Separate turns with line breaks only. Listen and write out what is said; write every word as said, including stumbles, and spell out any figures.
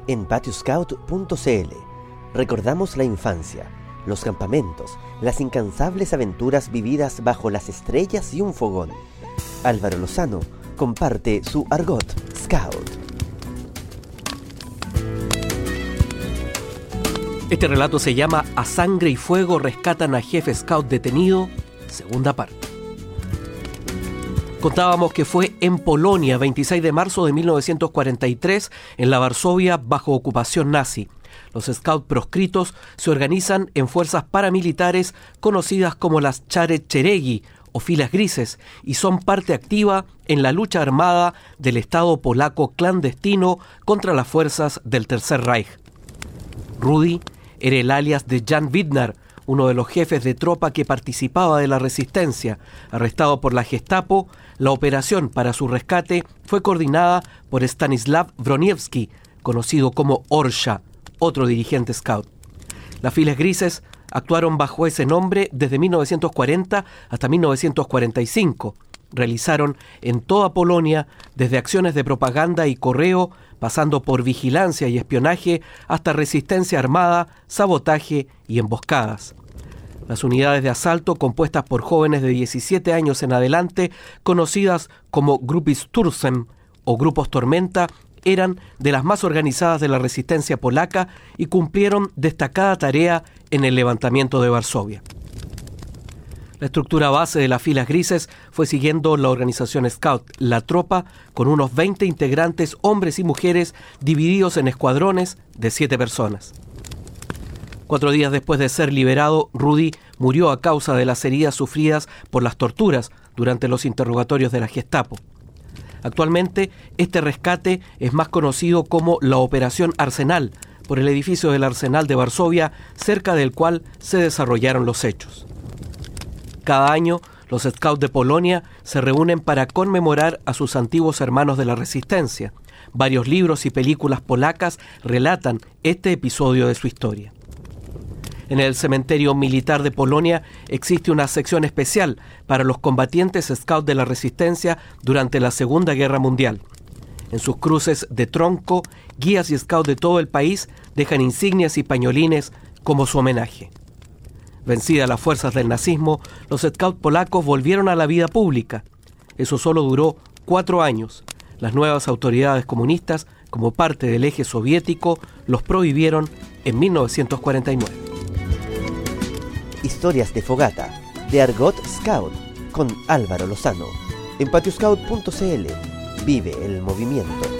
En patio scout punto c l recordamos la infancia, los campamentos, las incansables aventuras vividas bajo las estrellas y un fogón. Álvaro Lozano comparte su argot scout.
Este relato se llama A Sangre y Fuego rescatan a jefe scout detenido, segunda parte. Contábamos que fue en Polonia, veintiséis de marzo de mil novecientos cuarenta y tres, en la Varsovia bajo ocupación nazi. Los scouts proscritos se organizan en fuerzas paramilitares conocidas como las Czarne Szeregi o filas grises y son parte activa en la lucha armada del Estado polaco clandestino contra las fuerzas del Tercer Reich. Rudy era el alias de Jan Widnar, uno de los jefes de tropa que participaba de la resistencia. Arrestado por la Gestapo, la operación para su rescate fue coordinada por Stanislav Wroniewski, conocido como Orsha, otro dirigente scout. Las filas grises actuaron bajo ese nombre desde mil novecientos cuarenta hasta mil novecientos cuarenta y cinco. Realizaron en toda Polonia, desde acciones de propaganda y correo, pasando por vigilancia y espionaje, hasta resistencia armada, sabotaje y emboscadas. Las unidades de asalto, compuestas por jóvenes de diecisiete años en adelante, conocidas como Gruppisturm o Grupos Tormenta, eran de las más organizadas de la resistencia polaca y cumplieron destacada tarea en el levantamiento de Varsovia. La estructura base de las filas grises fue siguiendo la organización Scout, la tropa, con unos veinte integrantes, hombres y mujeres, divididos en escuadrones de siete personas. Cuatro días después de ser liberado, Rudy murió a causa de las heridas sufridas por las torturas durante los interrogatorios de la Gestapo. Actualmente, este rescate es más conocido como la Operación Arsenal, por el edificio del Arsenal de Varsovia, cerca del cual se desarrollaron los hechos. Cada año, los Scouts de Polonia se reúnen para conmemorar a sus antiguos hermanos de la Resistencia. Varios libros y películas polacas relatan este episodio de su historia. En el cementerio militar de Polonia existe una sección especial para los combatientes Scouts de la Resistencia durante la Segunda Guerra Mundial. En sus cruces de tronco, guías y Scouts de todo el país dejan insignias y pañolines como su homenaje. Vencidas las fuerzas del nazismo, los scouts polacos volvieron a la vida pública. Eso solo duró cuatro años. Las nuevas autoridades comunistas, como parte del eje soviético, los prohibieron en mil novecientos cuarenta y nueve.
Historias de fogata, de Argot Scout, con Álvaro Lozano. En patio scout punto c l vive el movimiento.